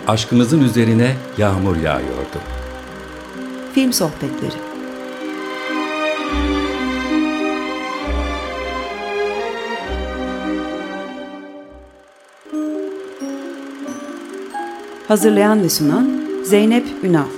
Aşkımızın üzerine yağmur yağıyordu. Film sohbetleri. Hazırlayan ve sunan Zeynep Ünal.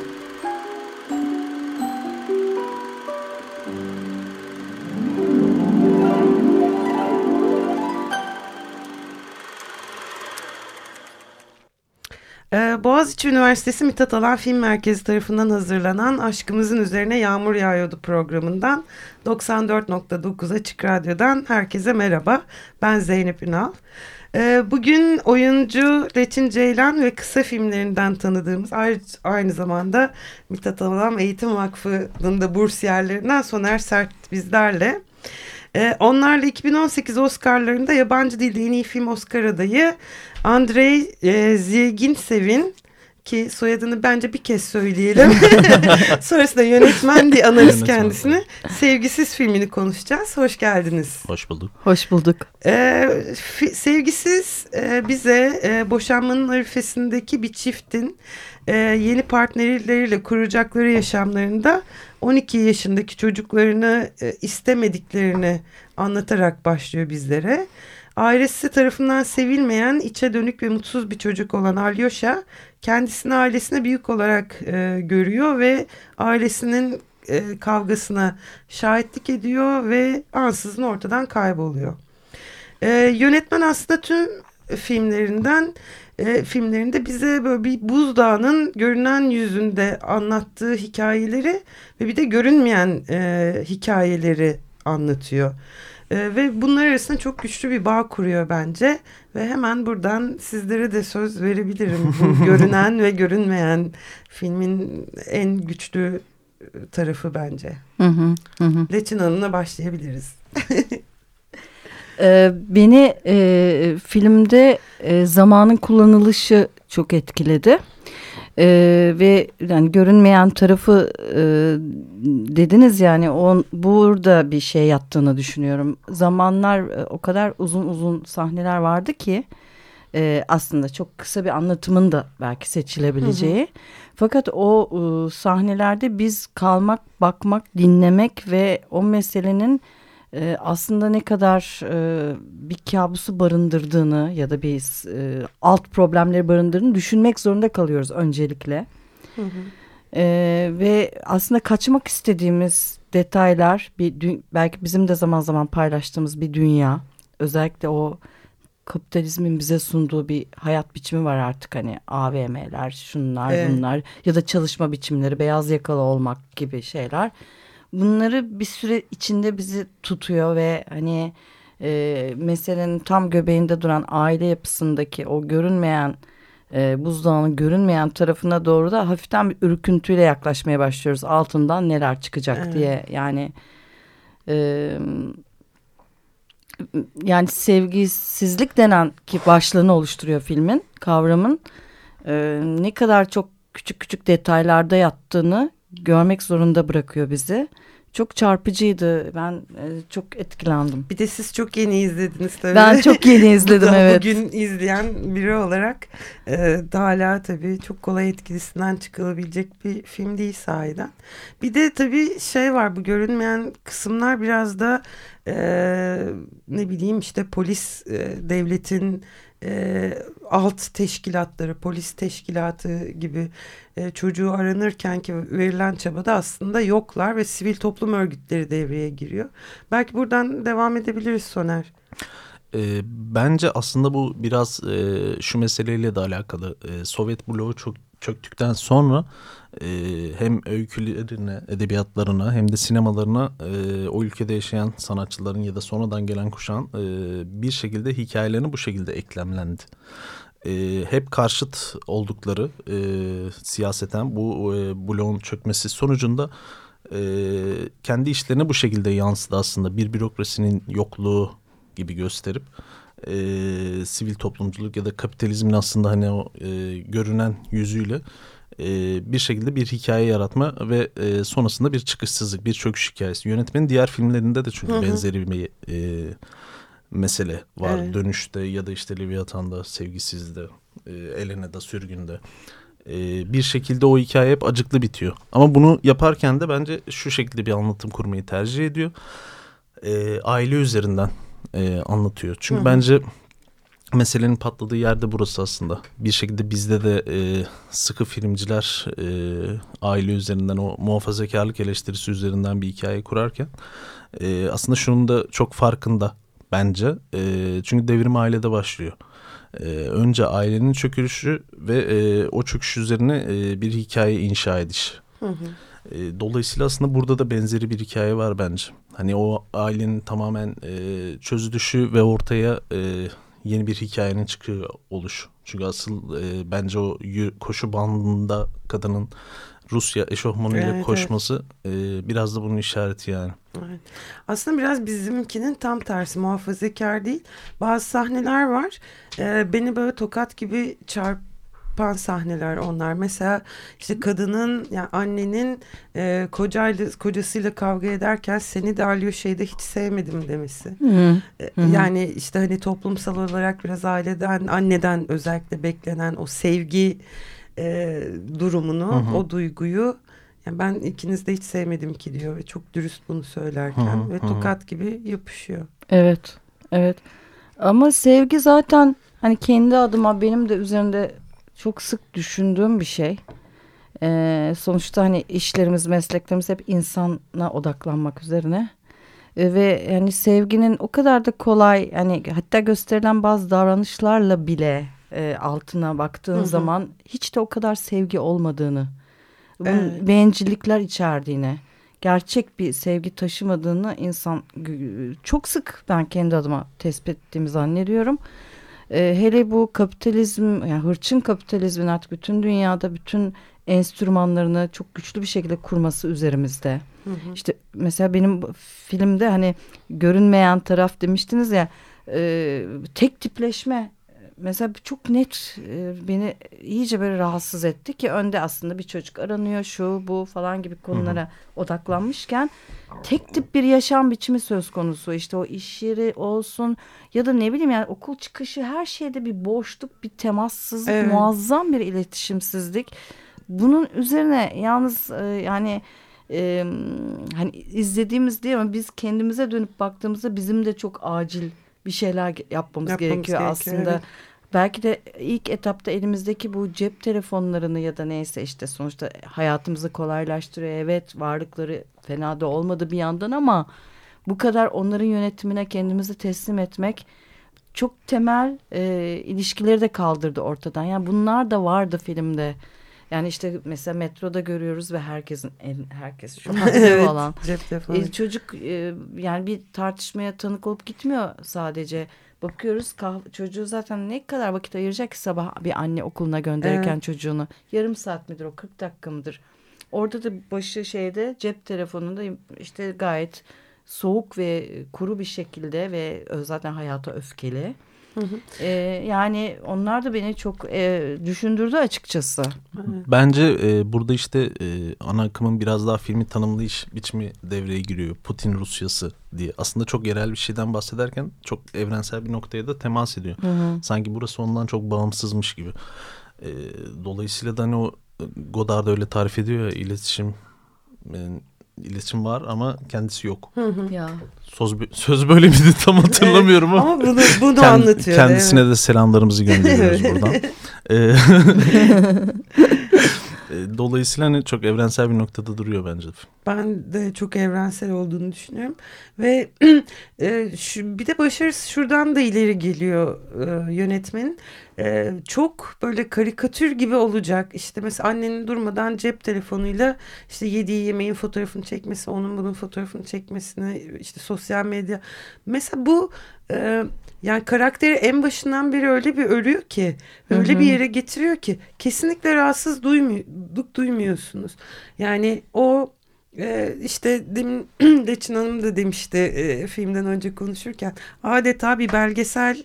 Boğaziçi Üniversitesi Mithat Alan Film Merkezi tarafından hazırlanan Aşkımızın Üzerine Yağmur Yağıyordu programından 94.9 Açık Radyo'dan herkese merhaba. Ben Zeynep Ünal. Bugün oyuncu Reçin Ceylan ve kısa filmlerinden tanıdığımız aynı zamanda Mithat Alan Eğitim Vakfı'nın da bursiyerlerinden Soner Sert bizlerle. Onlarla 2018 Oscar'larında yabancı dilde en iyi film Oscar adayı Andrei Zvyagintsev ki soyadını bence bir kez söyleyelim. Sonrasında yönetmen diye anarız kendisini. Sevgisiz filmini konuşacağız. Hoş geldiniz. Hoş bulduk. Hoş bulduk. Sevgisiz bize boşanmanın arifesindeki bir çiftin yeni partnerleriyle kuracakları yaşamlarında 12 yaşındaki çocuklarını istemediklerini anlatarak başlıyor bizlere. Ailesi tarafından sevilmeyen, içe dönük ve mutsuz bir çocuk olan Alyosha kendisini ailesine büyük olarak görüyor ve ailesinin kavgasına şahitlik ediyor ve ansızın ortadan kayboluyor. Yönetmen aslında tüm filmlerinde bize böyle bir buzdağının görünen yüzünde anlattığı hikayeleri ve bir de görünmeyen hikayeleri anlatıyor. Ve bunlar arasında çok güçlü bir bağ kuruyor bence. Ve hemen buradan sizlere de söz verebilirim. Bu görünen ve görünmeyen filmin en güçlü tarafı bence. Reçin Hanım'la başlayabiliriz. Beni filmde zamanın kullanılışı çok etkiledi. Ve yani görünmeyen tarafı dediniz, yani burada bir şey yattığını düşünüyorum. Zamanlar o kadar uzun sahneler vardı ki aslında çok kısa bir anlatımın da belki seçilebileceği. Fakat o sahnelerde biz kalmak, bakmak, dinlemek ve o meselenin aslında ne kadar bir kabusu barındırdığını ya da bir alt problemleri barındırdığını düşünmek zorunda kalıyoruz öncelikle. Ve aslında kaçmak istediğimiz detaylar, belki bizim de zaman zaman paylaştığımız bir dünya. Özellikle o kapitalizmin bize sunduğu bir hayat biçimi var artık, hani AVM'ler, şunlar bunlar ya da çalışma biçimleri, beyaz yakalı olmak gibi şeyler. Bunları bir süre içinde bizi tutuyor ve hani meselenin tam göbeğinde duran aile yapısındaki o görünmeyen buzdağının görünmeyen tarafına doğru da hafiften bir ürküntüyle yaklaşmaya başlıyoruz. Altından neler çıkacak diye. Yani sevgisizlik denen ki başlığını oluşturuyor filmin, kavramın ne kadar çok küçük detaylarda yattığını görmek zorunda bırakıyor bizi. Çok çarpıcıydı. Ben çok etkilendim. Bir de siz çok yeni izlediniz tabii. Ben çok yeni izledim, evet. Bugün izleyen biri olarak hala tabii çok kolay etkisinden çıkılabilecek bir film değil sahiden. Bir de tabii şey var, bu görünmeyen kısımlar biraz da ne bileyim işte polis, devletin alt teşkilatları, polis teşkilatı gibi çocuğu aranırken ki verilen çabada aslında yoklar ve sivil toplum örgütleri devreye giriyor. Belki buradan devam edebiliriz Soner. Bence aslında bu biraz şu meseleyle de alakalı. Sovyet bloğu çok çöktükten sonra hem öykülerine, edebiyatlarına hem de sinemalarına o ülkede yaşayan sanatçıların ya da sonradan gelen kuşağın bir şekilde hikayelerine bu şekilde eklemlendi. Hep karşıt oldukları siyaseten bu bloğun çökmesi sonucunda kendi işlerine bu şekilde yansıdı aslında. Bir bürokrasinin yokluğu gibi gösterip sivil toplumculuk ya da kapitalizmin aslında hani o görünen yüzüyle bir şekilde bir hikaye yaratma ve sonrasında bir çıkışsızlık, bir çöküş hikayesi. Yönetmenin diğer filmlerinde de çünkü benzeri bir mesele var. Evet. Dönüşte ya da işte Leviathan'da, Sevgisiz'de Elena'da, sürgünde. Bir şekilde o hikaye hep acıklı bitiyor. Ama bunu yaparken de bence şu şekilde bir anlatım kurmayı tercih ediyor. Aile üzerinden anlatıyor. Çünkü bence meselenin patladığı yerde burası aslında. Bir şekilde bizde de sıkı filmciler aile üzerinden, o muhafazakarlık eleştirisi üzerinden bir hikaye kurarken aslında şunun da çok farkında bence. Çünkü devrim ailede başlıyor. Önce ailenin çöküşü ve o çöküş üzerine bir hikaye inşa ediş. Dolayısıyla aslında burada da benzeri bir hikaye var bence. Hani o ailenin tamamen çözülüşü ve ortaya yeni bir hikayenin çıkıyor oluşu. Çünkü asıl bence o koşu bandında kadının Rusya eşofmanıyla koşması biraz da bunun işareti yani. Evet. Aslında biraz bizimkinin tam tersi, muhafazakar değil. Bazı sahneler var. Beni böyle tokat gibi çarpan sahneler onlar. Mesela işte kadının, yani annenin kocasıyla kavga ederken seni de Alyo şeyde hiç sevmedim demesi. Yani işte hani toplumsal olarak biraz aileden, anneden özellikle beklenen o sevgi durumunu, o duyguyu, yani ben ikiniz de hiç sevmedim ki diyor ve çok dürüst bunu söylerken ve tokat gibi yapışıyor. Evet, evet. Ama sevgi zaten hani kendi adıma benim de üzerinde çok sık düşündüğüm bir şey. Sonuçta hani işlerimiz, mesleklerimiz hep insana odaklanmak üzerine. Ve yani sevginin o kadar da kolay, hani hatta gösterilen bazı davranışlarla bile altına baktığın zaman hiç de o kadar sevgi olmadığını, bencillikler içerdiğini, gerçek bir sevgi taşımadığını insan çok sık ben kendi adıma tespit ettiğimi zannediyorum. Hele bu kapitalizm, yani hırçın kapitalizmin artık bütün dünyada bütün enstrümanlarını çok güçlü bir şekilde kurması üzerimizde. İşte mesela benim filmde hani görünmeyen taraf demiştiniz ya, tek tipleşme mesela çok net beni iyice böyle rahatsız etti ki önde aslında bir çocuk aranıyor, şu bu falan gibi konulara odaklanmışken tek tip bir yaşam biçimi söz konusu. İşte o iş yeri olsun ya da ne bileyim yani okul çıkışı, her şeyde bir boşluk, bir temassızlık, muazzam bir iletişimsizlik. Bunun üzerine yalnız yani hani izlediğimiz değil ama biz kendimize dönüp baktığımızda bizim de çok acil bir şeyler yapmamız gerekiyor aslında. Evet. Belki de ilk etapta elimizdeki bu cep telefonlarını ya da neyse işte sonuçta hayatımızı kolaylaştırıyor. Evet, varlıkları fena da olmadı bir yandan ama bu kadar onların yönetimine kendimizi teslim etmek çok temel ilişkileri de kaldırdı ortadan. Yani bunlar da vardı filmde. Yani işte mesela metroda görüyoruz ve herkes şu an falan. Cep telefonu. Çocuk yani bir tartışmaya tanık olup gitmiyor sadece. Bakıyoruz çocuğu zaten ne kadar vakit ayıracak ki sabah bir anne okuluna gönderirken çocuğunu. Yarım saat midir o, 40 dakika mıdır? Orada da başı şeyde, cep telefonunda işte gayet soğuk ve kuru bir şekilde ve zaten hayata öfkeli. Yani onlar da beni çok düşündürdü açıkçası. Bence burada işte ana akımın biraz daha filmi tanımlayış biçimi devreye giriyor. Putin Rusyası diye. Aslında çok yerel bir şeyden bahsederken çok evrensel bir noktaya da temas ediyor. Sanki burası ondan çok bağımsızmış gibi. Dolayısıyla da hani o Godard öyle tarif ediyor ya, iletişim var ama kendisi yok. Ya. Söz böyle miydi tam hatırlamıyorum ama. Ama bunu anlatıyor. Kendisine de selamlarımızı gönderiyoruz buradan. Dolayısıyla hani çok evrensel bir noktada duruyor bence. Ben de çok evrensel olduğunu düşünüyorum. Ve bir de başarısı şuradan da ileri geliyor yönetmenin. Çok böyle karikatür gibi olacak. İşte mesela annenin durmadan cep telefonuyla işte yediği yemeğin fotoğrafını çekmesi, onun bunun fotoğrafını çekmesine, işte sosyal medya. Mesela bu yani karakteri en başından beri öyle bir örüyor ki, öyle bir yere getiriyor ki kesinlikle rahatsız duymuyorsunuz. Yani o işte demin Leçin Hanım da demişti filmden önce konuşurken, adeta bir belgesel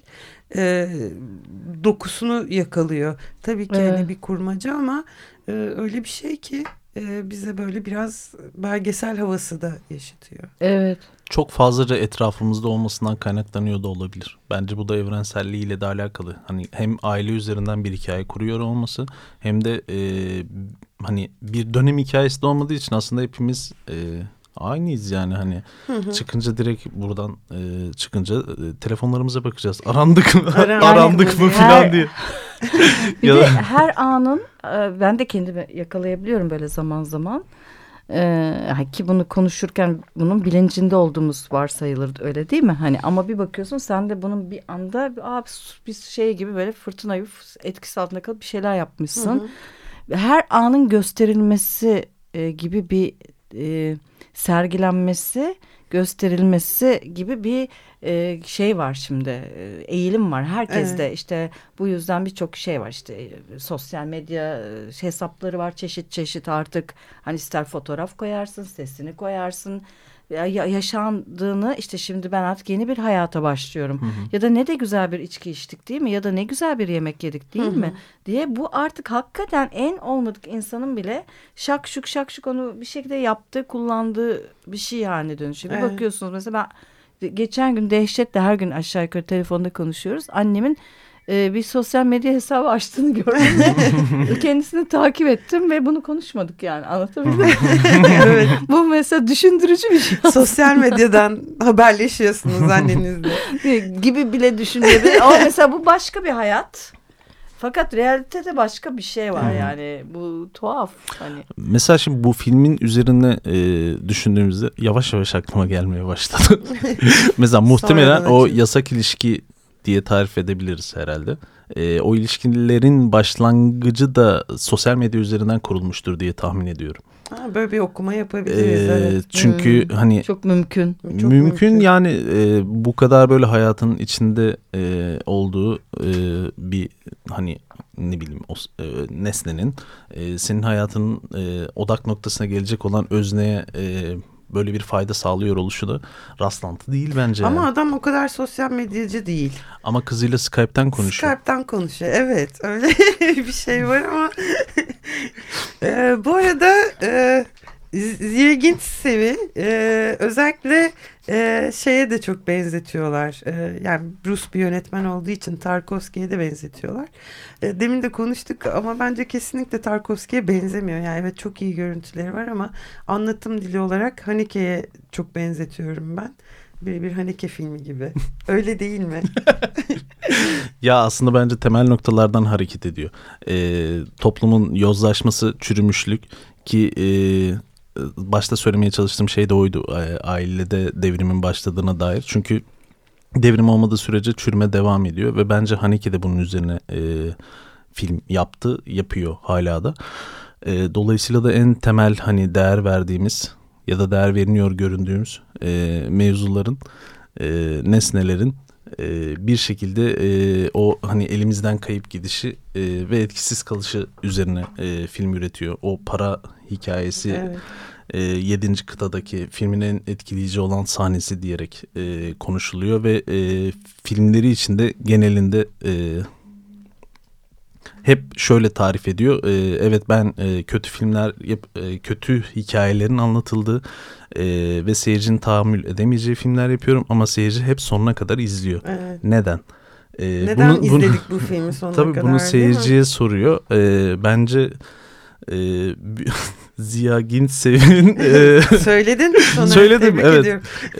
dokusunu yakalıyor. Tabii ki hani bir kurmaca ama öyle bir şey ki bize böyle biraz belgesel havası da yaşatıyor. Evet. Çok fazlaca etrafımızda olmasından kaynaklanıyor da olabilir. Bence bu da evrenselliğiyle de alakalı. Hani hem aile üzerinden bir hikaye kuruyor olması hem de hani bir dönem hikayesi de olmadığı için aslında hepimiz aynıyız yani hani çıkınca direkt buradan çıkınca telefonlarımıza bakacağız. Arandık mı? Arandık mı falan diye. Bir de her anın ben de kendimi yakalayabiliyorum böyle zaman zaman. Ki bunu konuşurken bunun bilincinde olduğumuz varsayılır, öyle değil mi? Hani ama bir bakıyorsun sen de bunun bir anda bir şey gibi böyle fırtına gibi etkisi altında kalıp bir şeyler yapmışsın. Her anın gösterilmesi gibi bir sergilenmesi, gösterilmesi gibi bir şey var şimdi, eğilim var herkeste. Evet. İşte bu yüzden birçok şey var, işte sosyal medya hesapları var çeşit çeşit artık, hani ister fotoğraf koyarsın, sesini koyarsın, yaşandığını, işte şimdi ben artık yeni bir hayata başlıyorum. Ya da ne de güzel bir içki içtik değil mi, ya da ne güzel bir yemek yedik değil mi diye, bu artık hakikaten en olmadık insanın bile şak şuk onu bir şekilde yaptığı, kullandığı bir şey haline dönüşüyor. Bir bakıyorsunuz mesela, ben geçen gün dehşetle her gün aşağı yukarı telefonda konuşuyoruz. Annemin bir sosyal medya hesabı açtığını gördüm. Kendisini takip ettim ve bunu konuşmadık, yani anlatabildim mi? Evet. Bu mesela düşündürücü bir şey. Sosyal medyadan haberleşiyorsunuz annenizle. Gibi bile düşünebilir. Ama mesela bu başka bir hayat. Fakat realitede başka bir şey var yani. Bu tuhaf. Hani. Mesela şimdi bu filmin üzerine düşündüğümüzde yavaş yavaş aklıma gelmeye başladı. Mesela muhtemelen o yasak ilişki diye tarif edebiliriz herhalde. O ilişkilerin başlangıcı da sosyal medya üzerinden kurulmuştur diye tahmin ediyorum. Böyle bir okuma yapabiliriz. Evet. Çünkü hani çok mümkün. Çok mümkün yani bu kadar böyle hayatın içinde olduğu bir hani ne bileyim nesnenin senin hayatının odak noktasına gelecek olan özneye böyle bir fayda sağlıyor oluşu da rastlantı değil bence. Ama yani. adam o kadar sosyal medyacı değil. Ama kızıyla Skype'ten konuşuyor. Skype'ten konuşuyor, evet. Öyle bir şey var ama bu arada Zia Gintzev'i özellikle şeye de çok benzetiyorlar. Yani Rus bir yönetmen olduğu için Tarkovski'ye de benzetiyorlar. Demin de konuştuk ama bence kesinlikle Tarkovski'ye benzemiyor. Yani evet, çok iyi görüntüleri var ama anlatım dili olarak Haneke'ye çok benzetiyorum ben. Bir Haneke filmi gibi. Öyle değil mi? Ya aslında bence temel noktalardan hareket ediyor. Toplumun yozlaşması, çürümüşlük ki başta söylemeye çalıştığım şey de oydu. Ailede devrimin başladığına dair. Çünkü devrim olmadığı sürece çürüme devam ediyor ve bence Haneke de bunun üzerine film yapıyor hala da. Dolayısıyla da en temel hani değer verdiğimiz ya da değer veriniyor göründüğümüz mevzuların, nesnelerin bir şekilde o hani elimizden kayıp gidişi ve etkisiz kalışı üzerine film üretiyor. O para hikayesi, evet. 7. kıtadaki filmin en etkileyici olan sahnesi diyerek konuşuluyor ve filmleri içinde genelinde hep şöyle tarif ediyor. Evet, ben kötü filmler, kötü hikayelerin anlatıldığı ve seyircinin tahammül edemeyeceği filmler yapıyorum ama seyirci hep sonuna kadar izliyor. Evet. Neden? Neden izledik bu filmi sonuna tabii kadar? Tabii bunu seyirciye soruyor. Bence Zia Gintzev'in söyledin mi sonra? Söyledim, evet.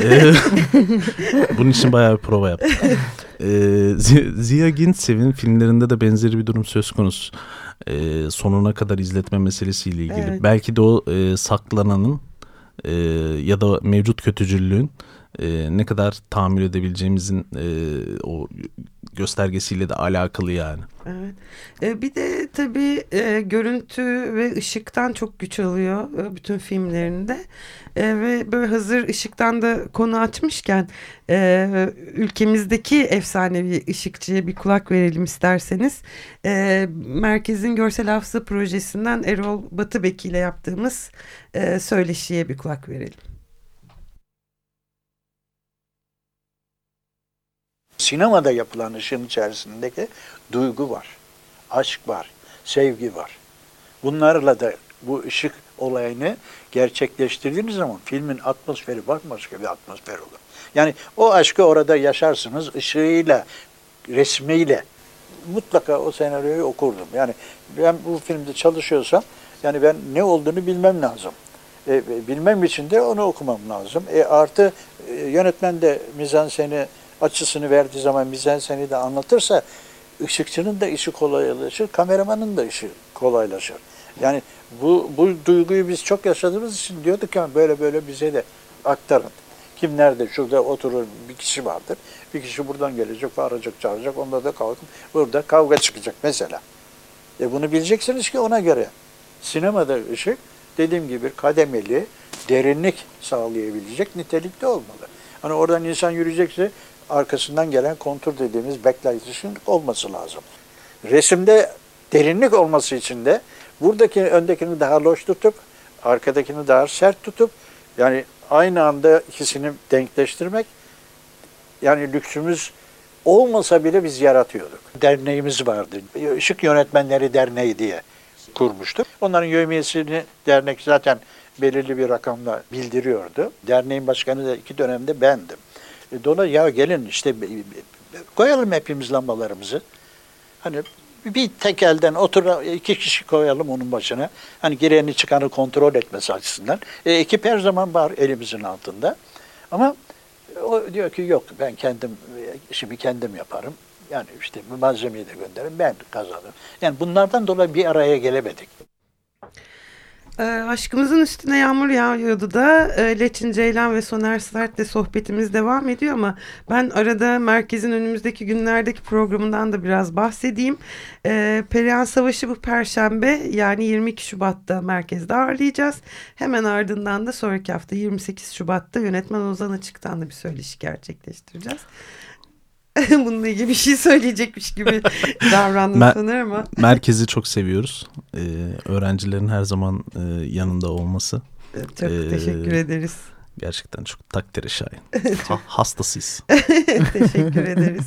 Bunun için bayağı bir prova yaptım. Zia Gintzev'in filmlerinde de benzeri bir durum söz konusu. Sonuna kadar izletme meselesiyle ilgili. Evet. Belki de o saklananın ya da mevcut kötücüllüğün ne kadar tahammül edebileceğimizin o göstergesiyle de alakalı yani. Evet. Bir de tabii görüntü ve ışıktan çok güç alıyor bütün filmlerinde. Ve böyle hazır ışıktan da konu açmışken ülkemizdeki efsanevi ışıkçıya bir kulak verelim isterseniz. Merkezin Görsel Hafıza Projesi'nden Erol Batıbeki ile yaptığımız söyleşiye bir kulak verelim. Sinemada yapılan ışığın içerisindeki duygu var, aşk var, sevgi var. Bunlarla da bu ışık olayını gerçekleştirdiğiniz zaman filmin atmosferi bambaşka bir atmosfer olur. Yani o aşkı orada yaşarsınız, ışığıyla, resmiyle. Mutlaka o senaryoyu okurdum. Yani ben bu filmde çalışıyorsam, yani ben ne olduğunu bilmem lazım. Bilmem için de onu okumam lazım. Artı yönetmen de mizanseni açısını verdiği zaman mizanseni de anlatırsa, ışıkçının da işi kolaylaşır, kameramanın da işi kolaylaşır. Yani bu duyguyu biz çok yaşadığımız için diyorduk ki böyle bize de aktarın. Kim nerede? Şurada oturur bir kişi vardır. Bir kişi buradan gelecek, bağıracak, çağıracak. Onda da kalkıp burada kavga çıkacak mesela. Bunu bileceksiniz ki ona göre. Sinemada ışık dediğim gibi kademeli, derinlik sağlayabilecek nitelikte olmalı. Hani oradan insan yürüyecekse arkasından gelen kontur dediğimiz backlight ışığın olması lazım. Resimde derinlik olması için de buradaki öndekini daha loş tutup, arkadakini daha sert tutup, yani aynı anda ikisini denkleştirmek, yani lüksümüz olmasa bile biz yaratıyorduk. Derneğimiz vardı. Işık Yönetmenleri Derneği diye kurmuştuk. Onların yevmiyesini dernek zaten belirli bir rakamla bildiriyordu. Derneğin başkanı da 2 dönemde bendim. Dolayısıyla ya gelin işte koyalım hepimiz lambalarımızı. Hani bir tek elden otur 2 kişi koyalım onun başına. Hani gireni çıkanı kontrol etmesi açısından. Ekip her zaman var elimizin altında. Ama o diyor ki yok ben işimi kendim yaparım. Yani işte bu malzemeyi de gönderirim, ben kazanırım. Yani bunlardan dolayı bir araya gelemedik. Aşkımızın üstüne yağmur yağıyordu da Leçin Ceylan ve Soner Sert'le sohbetimiz devam ediyor ama ben arada merkezin önümüzdeki günlerdeki programından da biraz bahsedeyim. Perihan Savaşı bu Perşembe yani 22 Şubat'ta merkezde ağırlayacağız. Hemen ardından da sonraki hafta 28 Şubat'ta yönetmen Ozan Açık'tan da bir söyleşi gerçekleştireceğiz. Bununla ilgili bir şey söyleyecekmiş gibi davrandım Soner ama. Merkezi çok seviyoruz. Öğrencilerin her zaman yanında olması. Çok teşekkür ederiz. Gerçekten çok takdire şayan. Hastasıyız. Teşekkür ederiz.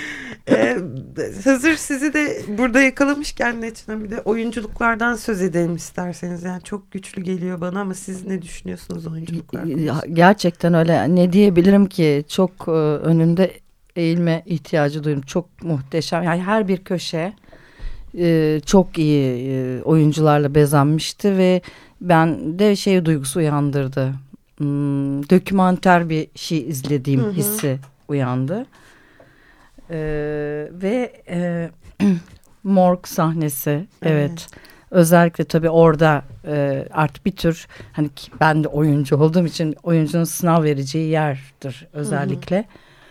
Hazır sizi de burada yakalamışken Leçin'e bir de oyunculuklardan söz edelim isterseniz. Yani çok güçlü geliyor bana ama siz ne düşünüyorsunuz oyunculuklar? Gerçekten öyle. Ne diyebilirim ki çok önünde eğilme ihtiyacı duydum. Çok muhteşem. Yani her bir köşe çok iyi oyuncularla bezenmişti ve ben de duygusu uyandırdı. Dokümanter bir şey izlediğim hissi uyandı. Ve morg sahnesi evet. Özellikle tabii orada artık bir tür hani ben de oyuncu olduğum için oyuncunun sınav vereceği yerdir özellikle.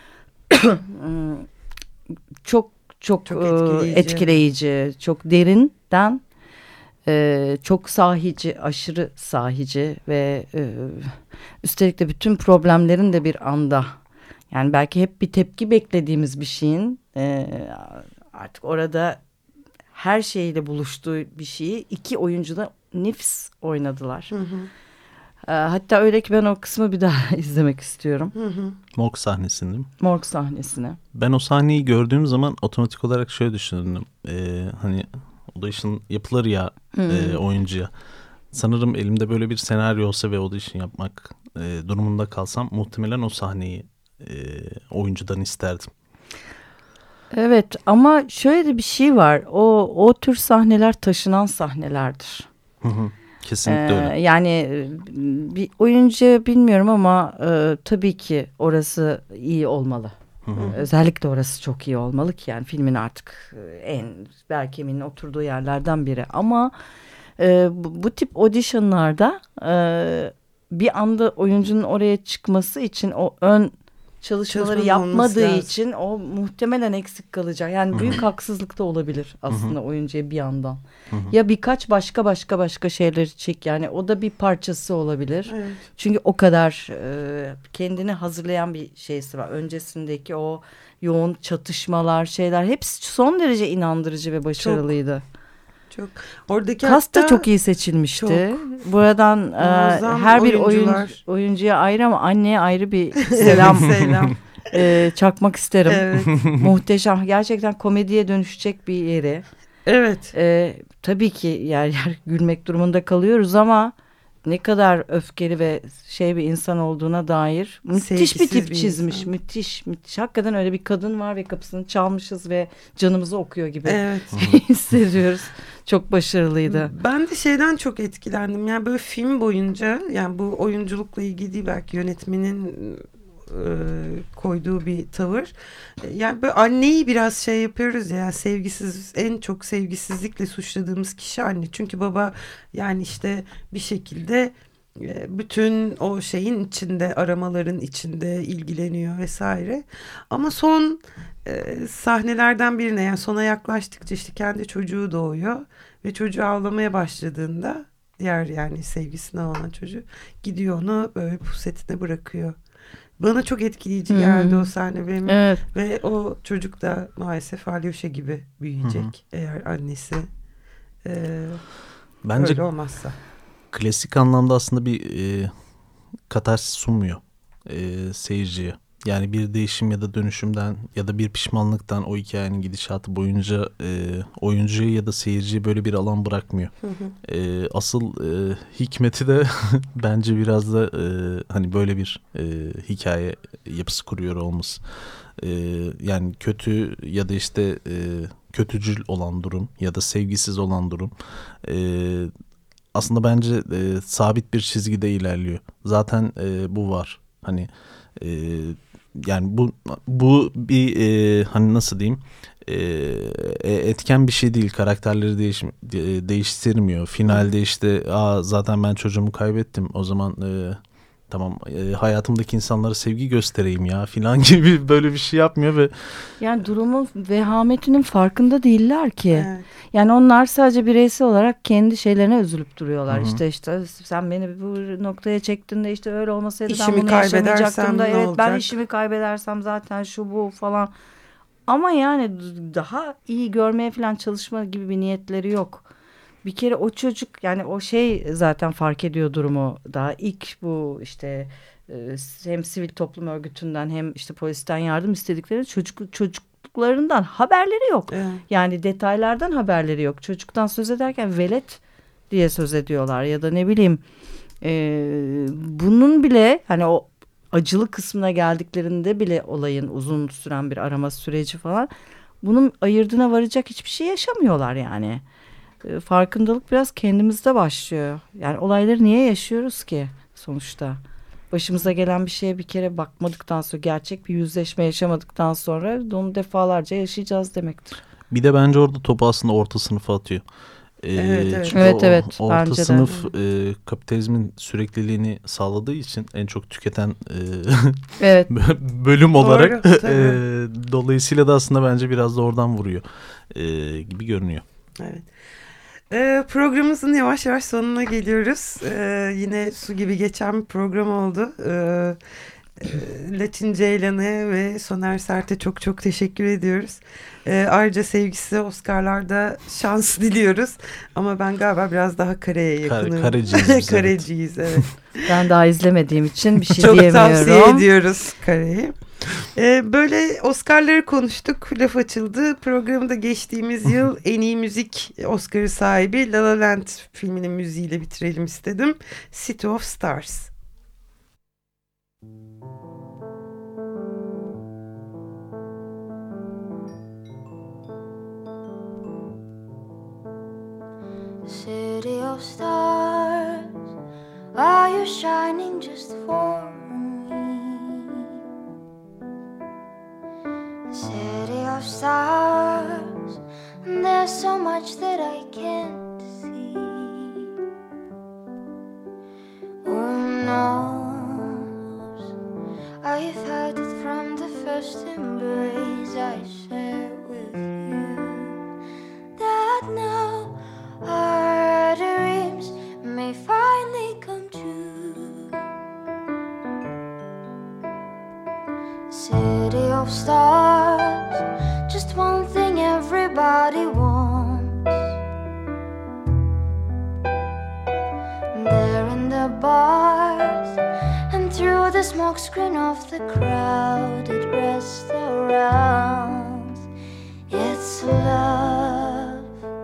Çok etkileyici, çok derinden, çok sahici, aşırı sahici ve üstelik de bütün problemlerin de bir anda, yani belki hep bir tepki beklediğimiz bir şeyin artık orada her şeyle buluştuğu bir şeyi 2 oyuncu da nefis oynadılar. Hatta öyle ki ben o kısmı bir daha izlemek istiyorum. Morg sahnesini değil mi? Morg sahnesini. Ben o sahneyi gördüğüm zaman otomatik olarak şöyle düşündüm. Hani audition yapılır ya oyuncuya. Sanırım elimde böyle bir senaryo olsa ve audition yapmak durumunda kalsam muhtemelen o sahneyi oyuncudan isterdim. Evet ama şöyle de bir şey var. O tür sahneler taşınan sahnelerdir. Kesinlikle öyle. Yani bir oyuncu bilmiyorum ama tabii ki orası iyi olmalı. Özellikle orası çok iyi olmalı ki yani filmin artık en belki eminim oturduğu yerlerden biri. Ama bu tip auditionlarda bir anda oyuncunun oraya çıkması için o ön çalışmaları yapmadığı için o muhtemelen eksik kalacak. Yani büyük haksızlık da olabilir aslında oyuncuya bir yandan. Ya birkaç başka şeyleri çek, yani o da bir parçası olabilir. Evet. Çünkü o kadar kendini hazırlayan bir şeysi var. Öncesindeki o yoğun çatışmalar, şeyler hepsi son derece inandırıcı ve başarılıydı. Çok. Oradaki Kast da çok iyi seçilmişti. Çok. Buradan her bir oyuncuya ayrı ama anneye ayrı bir selam çakmak isterim. Evet. Muhteşem. Gerçekten komediye dönüşecek bir yeri. Evet. Tabii ki yer yer gülmek durumunda kalıyoruz ama ne kadar öfkeli ve bir insan olduğuna dair müthiş Sevgisiz bir tip bir çizmiş. insan. Müthiş. Hakikaten öyle bir kadın var ve kapısını çalmışız ve canımızı okuyor gibi hissediyoruz. Çok başarılıydı. Ben de şeyden çok etkilendim. Yani böyle film boyunca, yani bu oyunculukla ilgili değil, belki yönetmenin koyduğu bir tavır. Yani böyle anneyi biraz yapıyoruz ya, yani sevgisiz, en çok sevgisizlikle suçladığımız kişi anne. Çünkü baba yani işte bir şekilde bütün o şeyin içinde, aramaların içinde ilgileniyor vesaire. Ama son sahnelerden birine, yani sona yaklaştıkça işte kendi çocuğu doğuyor ve çocuğu ağlamaya başladığında diğer, yani sevgisinden olan çocuğu gidiyor, onu böyle pusetine bırakıyor. Bana çok etkileyici geldi o sahne benim. Evet. Ve o çocuk da maalesef Alyosha gibi büyüyecek eğer annesi bence öyle olmazsa. Klasik anlamda aslında bir katarsis sunmuyor seyirciye. Yani bir değişim ya da dönüşümden ya da bir pişmanlıktan o hikayenin gidişatı boyunca oyuncuyu ya da seyirciyi böyle bir alan bırakmıyor. Asıl hikmeti de bence biraz da hani böyle bir hikaye yapısı kuruyor olması. Yani kötü ya da işte kötücül olan durum ya da sevgisiz olan durum aslında bence sabit bir çizgide ilerliyor. Zaten bu var. Hani yani bu bir hani nasıl diyeyim, etken bir şey değil. Karakterleri değiştirmiyor. Finalde işte zaten ben çocuğumu kaybettim. O zaman tamam hayatımdaki insanlara sevgi göstereyim ya filan gibi böyle bir şey yapmıyor ve yani durumun vehametinin farkında değiller ki. Evet. Yani onlar sadece bireysel olarak kendi şeylerine üzülüp duruyorlar. İşte sen beni bu noktaya çektin de işte öyle olmasaydı ben bunu yaşamayacaktım da, evet ben işimi kaybedersem zaten şu bu falan. Ama yani daha iyi görmeye falan çalışma gibi bir niyetleri yok. Bir kere o çocuk, yani o zaten fark ediyor durumu. Daha ilk bu işte hem sivil toplum örgütünden hem işte polisten yardım istedikleri çocukluklarından haberleri yok. Evet. Yani detaylardan haberleri yok. Çocuktan söz ederken velet diye söz ediyorlar ya da ne bileyim bunun bile hani o acılı kısmına geldiklerinde bile olayın uzun süren bir arama süreci falan, bunun ayırdığına varacak hiçbir şey yaşamıyorlar yani. Farkındalık biraz kendimizde başlıyor. Yani olayları niye yaşıyoruz ki sonuçta? Başımıza gelen bir şeye bir kere bakmadıktan sonra, gerçek bir yüzleşme yaşamadıktan sonra onu defalarca yaşayacağız demektir. Bir de bence orada topu aslında orta sınıfa atıyor. Evet. Evet, orta bence sınıf kapitalizmin sürekliliğini sağladığı için en çok tüketen evet. bölüm olarak Dolayısıyla da aslında bence biraz da oradan vuruyor gibi görünüyor. Evet. Programımızın yavaş yavaş sonuna geliyoruz. Yine su gibi geçen bir program oldu. Latin Ceylan'a ve Soner Sert'e çok çok teşekkür ediyoruz. Ayrıca sevgisi Oscar'larda şans diliyoruz. Ama ben galiba biraz daha kareye yakınım. Kareciyiz, evet. Ben daha izlemediğim için bir şey çok diyemiyorum. Çok tavsiye ediyoruz kareyi. Böyle Oscar'ları konuştuk, laf açıldı. Programda geçtiğimiz yıl en iyi müzik Oscar'ı sahibi La La Land filminin müziğiyle bitirelim istedim. City of Stars. City of stars, are you shining just for City of stars, there's so much that I can't see. Who knows? I've heard it from the first embrace I share with you, that now our dreams may finally come true. City of stars, just one thing everybody wants. There in the bars and through the smoke screen of the crowded restaurants, it's love.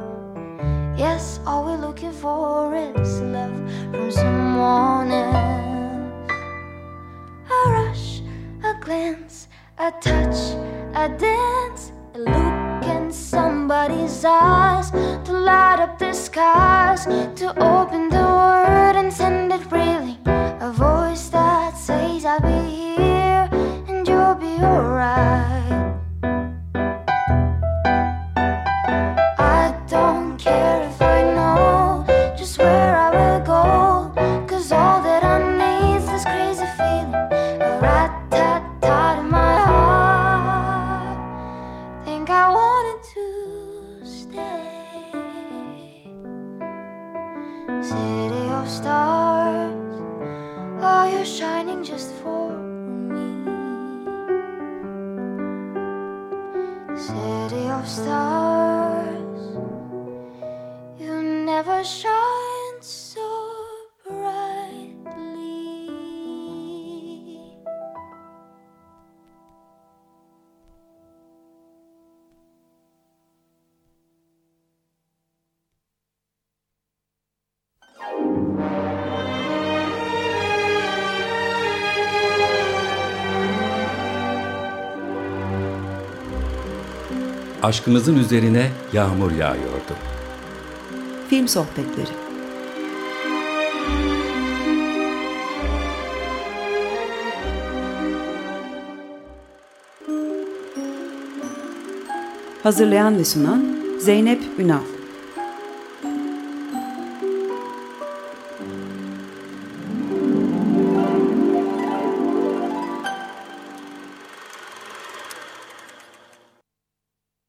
all we're looking for is love from someone else. A rush, a glance, a touch, a dance, a look in somebody's eyes, to light up the skies, to open the word and send it reeling. A voice that says I'll be here and you'll be alright. I don't care if I know just where I will go, 'cause all that I need is this crazy feeling, a rat-tat-tat in my heart. Think I wanted to stay. City of stars, are you shining just for me? City of stars, you never shine so brightly. Aşkımızın üzerine yağmur yağıyordu. Film sohbetleri. Hazırlayan ve sunan Zeynep Ünal.